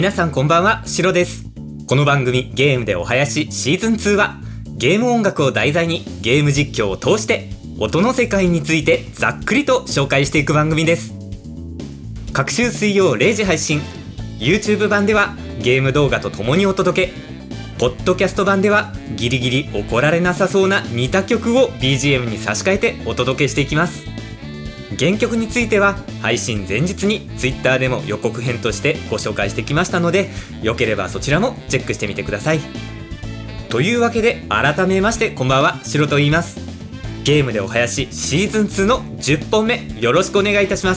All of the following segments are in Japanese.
皆さんこんばんは、シロです。この番組ゲームでお囃子シーズン2はゲーム音楽を題材にゲーム実況を通して音の世界についてざっくりと紹介していく番組です。各週水曜0時配信、 YouTube 版ではゲーム動画とともにお届け、ポッドキャスト版ではギリギリ怒られなさそうな似た曲を BGM に差し替えてお届けしていきます。原曲については配信前日に Twitter でも予告編としてご紹介してきましたので、よければそちらもチェックしてみてください。というわけで改めましてこんばんは、シロと言います。ゲームでお囃子シーズン2の10本目、よろしくお願いいたします。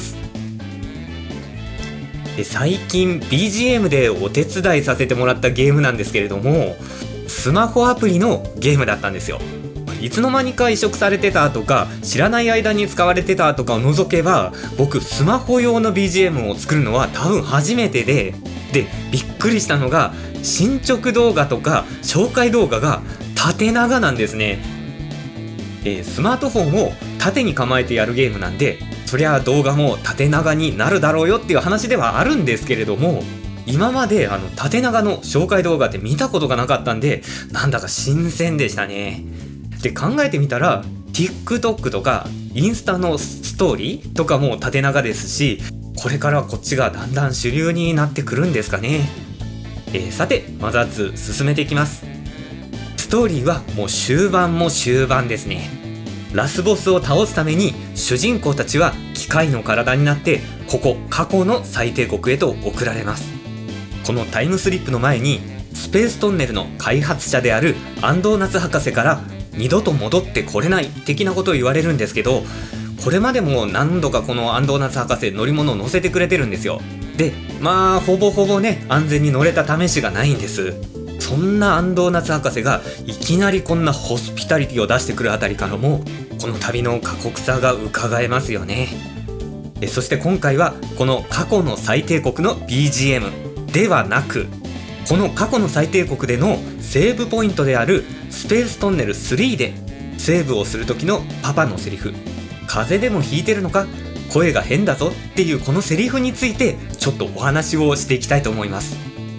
最近 BGM でお手伝いさせてもらったゲームなんですけれども、スマホアプリのゲームだったんですよ。いつの間にか移植されてたとか知らない間に使われてたとかを除けば、僕スマホ用の BGM を作るのは多分初めてでびっくりしたのが、進捗動画とか紹介動画が縦長なんですね。スマートフォンを縦に構えてやるゲームなんで、そりゃ動画も縦長になるだろうよっていう話ではあるんですけれども、今まで縦長の紹介動画って見たことがなかったんで、なんだか新鮮でしたね。で考えてみたら TikTok とかインスタのストーリーとかも縦長ですし、これからこっちがだんだん主流になってくるんですかね。さてマザー2進めていきます。ストーリーはもう終盤も終盤ですね。ラスボスを倒すために主人公たちは機械の体になってここ過去の最低国へと送られます。このタイムスリップの前にスペーストンネルの開発者である安藤夏博士から二度と戻ってこれない的なことを言われるんですけど、これまでも何度かこの安藤夏博士乗り物を乗せてくれてるんですよ。でほぼほぼね安全に乗れた試しがないんです。そんな安藤夏博士がいきなりこんなホスピタリティを出してくるあたりからも、この旅の過酷さが伺えますよね。そして今回はこの過去の最低国の BGM ではなく、この過去の最低国でのセーブポイントであるスペーストンネル3でセーブをする時のパパのセリフ、風邪でもひいてるのか声が変だぞっていうこのセリフについてちょっとお話をしていきたいと思います。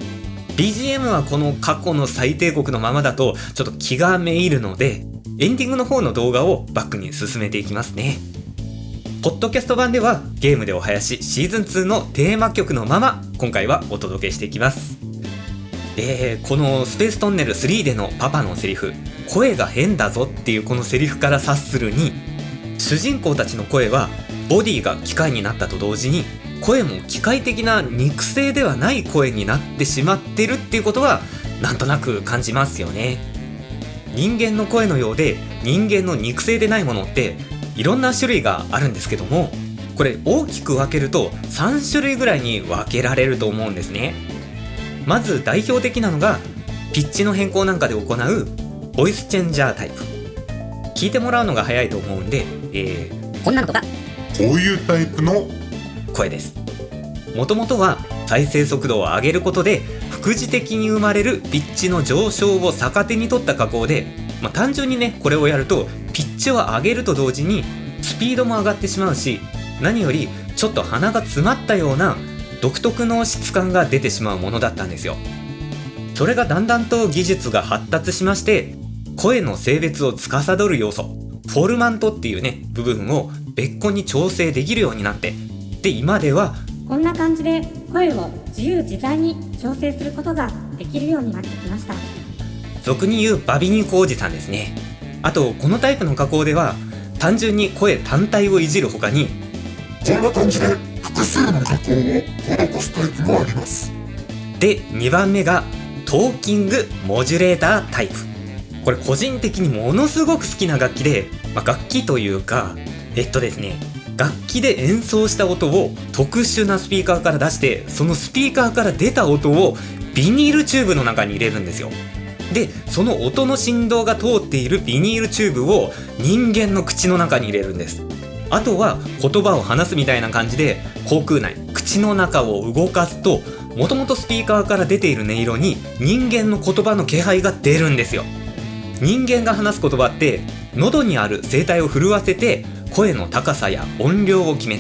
BGM はこの過去の最低国のままだとちょっと気がめいるので、エンディングの方の動画をバックに進めていきますね。ポッドキャスト版ではゲームでお囃子シーズン2のテーマ曲のまま今回はお届けしていきます。このスペーストンネル3でのパパのセリフ、声が変だぞっていうこのセリフから察するに、主人公たちの声はボディが機械になったと同時に声も機械的な肉声ではない声になってしまってるっていうことはなんとなく感じますよね。人間の声のようで人間の肉声でないものっていろんな種類があるんですけども、これ大きく分けると3種類ぐらいに分けられると思うんですね。まず代表的なのがピッチの変更なんかで行うボイスチェンジャータイプ。聞いてもらうのが早いと思うんで、こんなのとかこういうタイプの声です。もともとは再生速度を上げることで副次的に生まれるピッチの上昇を逆手に取った加工で、単純にねこれをやるとピッチを上げると同時にスピードも上がってしまうし、何よりちょっと鼻が詰まったような独特の質感が出てしまうものだったんですよ。それがだんだんと技術が発達しまして、声の性別を司る要素フォルマントっていうね部分を別個に調整できるようになって、で今ではこんな感じで声を自由自在に調整することができるようになってきました。 俗に言うバビ肉おじさんですね。あとこのタイプの加工では単純に声単体をいじる他にこんな感じで複数の加工を施すタイプもあります。 で2番目がトーキングモジュレータータイプ。これ個人的にものすごく好きな楽器で、楽器というかですね、楽器で演奏した音を特殊なスピーカーから出して、そのスピーカーから出た音をビニールチューブの中に入れるんですよ。でその音の振動が通っているビニールチューブを人間の口の中に入れるんです。あとは言葉を話すみたいな感じで口腔内、口の中を動かすと、もともとスピーカーから出ている音色に人間の言葉の気配が出るんですよ。人間が話す言葉って喉にある声帯を震わせて声の高さや音量を決めて、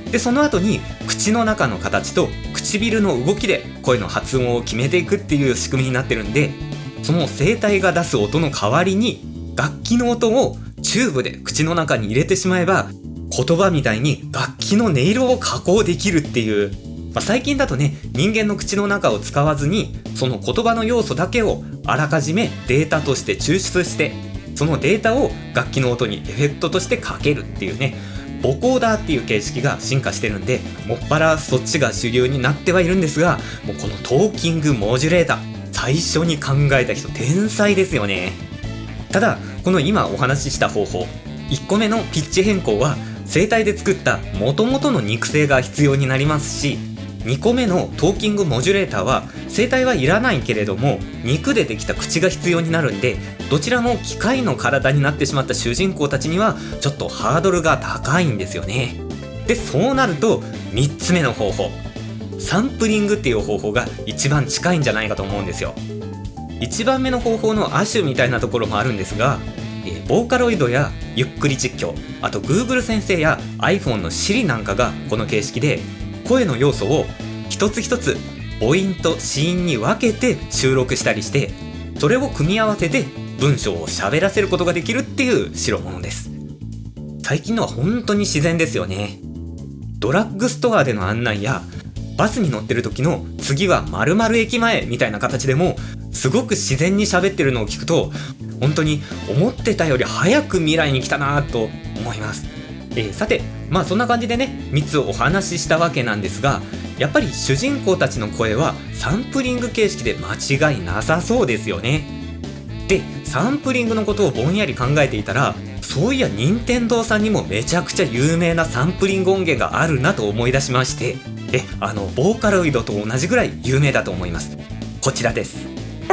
でその後に口の中の形と唇の動きで声の発音を決めていくっていう仕組みになってるんで、その声帯が出す音の代わりに楽器の音をチューブで口の中に入れてしまえば、言葉みたいに楽器の音色を加工できるっていう、最近だとね、人間の口の中を使わずにその言葉の要素だけをあらかじめデータとして抽出して、そのデータを楽器の音にエフェクトとしてかけるっていうね、ボコーダーっていう形式が進化してるんで、もっぱらそっちが主流になってはいるんですが、もうこのトーキングモジュレーター、最初に考えた人天才ですよね。ただこの今お話しした方法、1個目のピッチ変更は声帯で作った元々の肉声が必要になりますし、2個目のトーキングモジュレーターは声帯はいらないけれども肉でできた口が必要になるんで、どちらも機械の体になってしまった主人公たちにはちょっとハードルが高いんですよね。でそうなると3つ目の方法、サンプリングっていう方法が一番近いんじゃないかと思うんですよ。1番目の方法の亜種みたいなところもあるんですが、ボーカロイドやゆっくり実況、あと Google 先生や iPhone の Siri なんかがこの形式で声の要素を一つ一つ母音と子音に分けて収録したりして、それを組み合わせて文章を喋らせることができるっていう代物です。最近のは本当に自然ですよね。ドラッグストアでの案内やバスに乗ってる時の次は〇〇駅前みたいな形でもすごく自然に喋ってるのを聞くと、本当に思ってたより早く未来に来たなと思います。さてそんな感じでね、3つお話ししたわけなんですが、やっぱり主人公たちの声はサンプリング形式で間違いなさそうですよね。でサンプリングのことをぼんやり考えていたら、そういや任天堂さんにもめちゃくちゃ有名なサンプリング音源があるなと思い出しまして、ボーカロイドと同じぐらい有名だと思います。こちらです。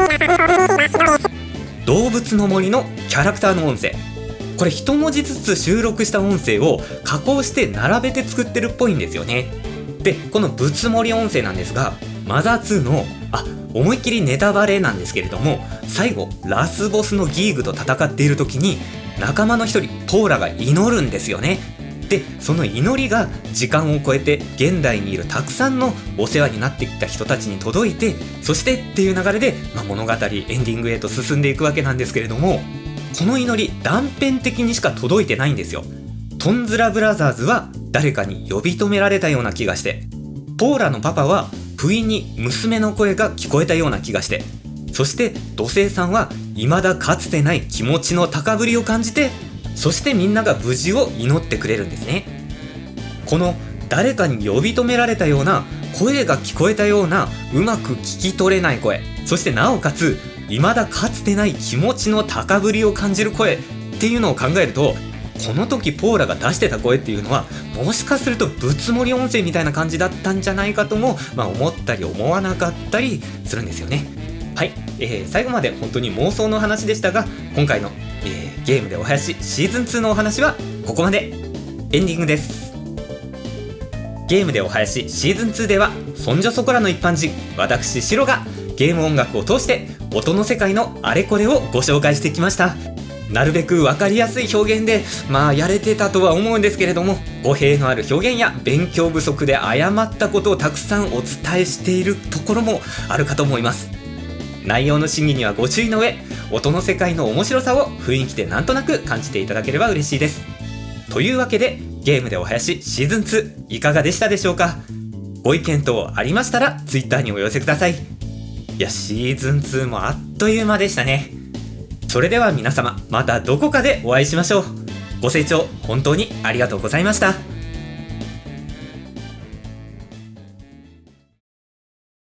動物の森のキャラクターの音声、これ一文字ずつ収録した音声を加工して並べて作ってるっぽいんですよね。でこのぶつ盛り音声なんですが、マザー2の思いっきりネタバレなんですけれども、最後ラスボスのギーグと戦っている時に仲間の一人ポーラが祈るんですよね。でその祈りが時間を超えて現代にいるたくさんのお世話になってきた人たちに届いて、そしてっていう流れで、物語エンディングへと進んでいくわけなんですけれども、この祈り断片的にしか届いてないんですよ。トンズラブラザーズは誰かに呼び止められたような気がして、ポーラのパパは不意に娘の声が聞こえたような気がして、そして土星さんは未だかつてない気持ちの高ぶりを感じて、そしてみんなが無事を祈ってくれるんですね。この誰かに呼び止められたような、声が聞こえたような、うまく聞き取れない声、そしてなおかつ未だかつてない気持ちの高ぶりを感じる声っていうのを考えると、この時ポーラが出してた声っていうのはもしかするとぶつ盛り音声みたいな感じだったんじゃないかとも、思ったり思わなかったりするんですよね。はい、最後まで本当に妄想の話でしたが、今回の、ゲームでお囃子シーズン2のお話はここまで。エンディングです。ゲームでお囃子シーズン2では、そんじょそこらの一般人私シロがゲーム音楽を通して音の世界のあれこれをご紹介してきました。なるべく分かりやすい表現でやれてたとは思うんですけれども、語弊のある表現や勉強不足で誤ったことをたくさんお伝えしているところもあるかと思います。内容の審議にはご注意の上、音の世界の面白さを雰囲気でなんとなく感じていただければ嬉しいです。というわけで、ゲームでお囃子シーズン2いかがでしたでしょうか。ご意見等ありましたら Twitter にお寄せください。いや、シーズン2もあっという間でしたね。それでは皆様、またどこかでお会いしましょう。ご清聴本当にありがとうございました。